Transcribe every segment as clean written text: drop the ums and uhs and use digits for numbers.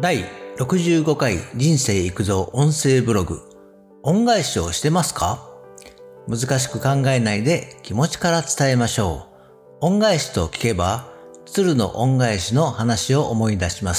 第65回人生育造音声ブログ。恩返しをしてますか？難しく考えないで気持ちから伝えましょう。恩返しと聞けば、鶴の恩返しの話を思い出します。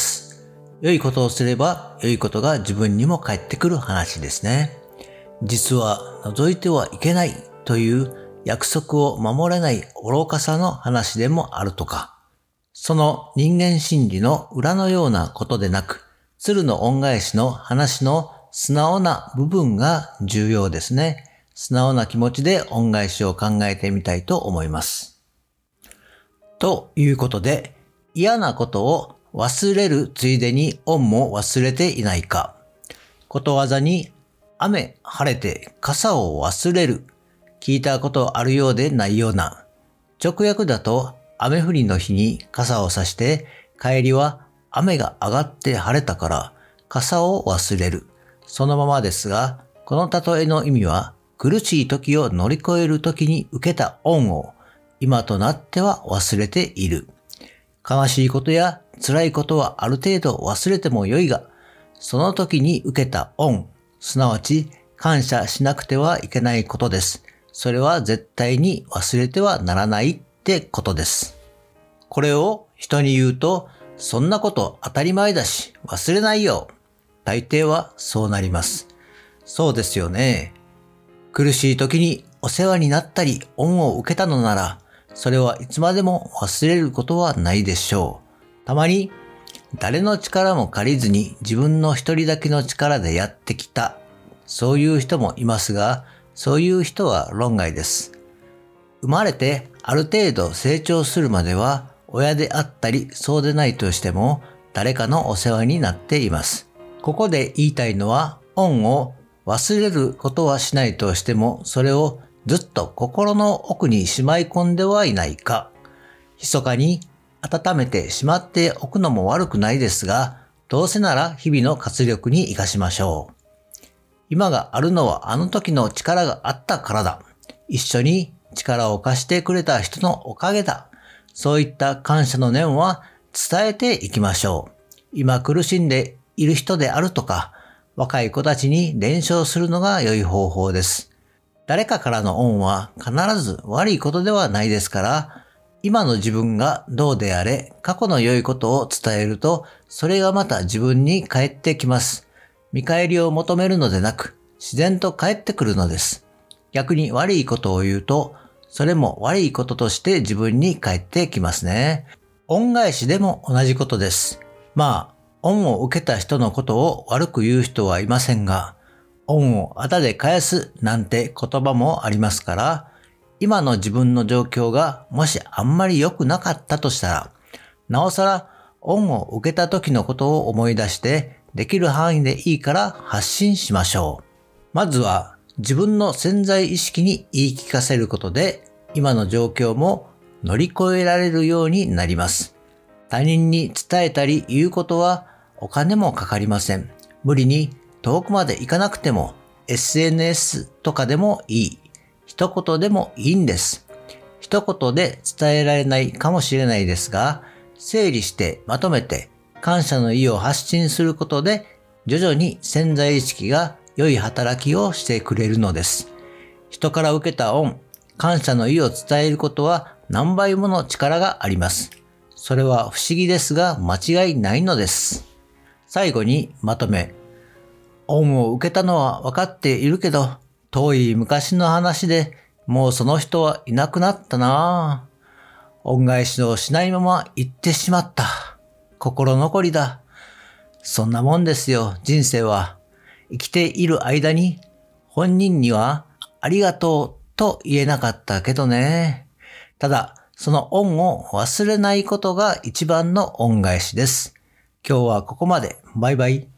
良いことをすれば良いことが自分にも返ってくる話ですね。実は覗いてはいけないという約束を守れない愚かさの話でもあるとか。その人間心理の裏のようなことでなく、鶴の恩返しの話の素直な部分が重要ですね。素直な気持ちで恩返しを考えてみたいと思います。ということで、嫌なことを忘れるついでに恩も忘れていないか。ことわざに、雨晴れて傘を忘れる。聞いたことあるようでないような。直訳だと、雨降りの日に傘を差して帰りは雨が上がって晴れたから傘を忘れる。そのままですが、この例えの意味は苦しい時を乗り越える時に受けた恩を今となっては忘れている。悲しいことや辛いことはある程度忘れてもよいが、その時に受けた恩、すなわち感謝しなくてはいけないことです。それは絶対に忘れてはならないってことです。これを人に言うと、そんなこと当たり前だし忘れないよ。大抵はそうなります。そうですよね。苦しい時にお世話になったり恩を受けたのなら、それはいつまでも忘れることはないでしょう。たまに誰の力も借りずに自分の一人だけの力でやってきた。そういう人もいますが、そういう人は論外です。生まれてある程度成長するまでは親であったりそうでないとしても誰かのお世話になっています。ここで言いたいのは恩を忘れることはしないとしてもそれをずっと心の奥にしまい込んではいないか。密かに温めてしまっておくのも悪くないですが、どうせなら日々の活力に活かしましょう。今があるのはあの時の力があったからだ。一緒に力を貸してくれた人のおかげだ。そういった感謝の念は伝えていきましょう。今苦しんでいる人であるとか、若い子たちに伝承するのが良い方法です。誰かからの恩は必ず悪いことではないですから、今の自分がどうであれ、過去の良いことを伝えると、それがまた自分に返ってきます。見返りを求めるのでなく、自然と返ってくるのです。逆に悪いことを言うと、それも悪いこととして自分に返ってきますね。恩返しでも同じことです。恩を受けた人のことを悪く言う人はいませんが、恩をあだで返すなんて言葉もありますから、今の自分の状況がもしあんまり良くなかったとしたら、なおさら恩を受けた時のことを思い出して、できる範囲でいいから発信しましょう。まずは自分の潜在意識に言い聞かせることで、今の状況も乗り越えられるようになります。他人に伝えたり言うことはお金もかかりません。無理に遠くまで行かなくても SNS とかでもいい。一言でもいいんです。一言で伝えられないかもしれないですが、整理してまとめて感謝の意を発信することで徐々に潜在意識が良い働きをしてくれるのです。人から受けた恩、感謝の意を伝えることは何倍もの力があります。それは不思議ですが間違いないのです。最後にまとめ。恩を受けたのは分かっているけど、遠い昔の話でもうその人はいなくなったなぁ。恩返しをしないまま行ってしまった。心残りだ。そんなもんですよ、人生は。生きている間に本人にはありがとうと言えなかったけどね。ただ、その恩を忘れないことが一番の恩返しです。今日はここまで。バイバイ。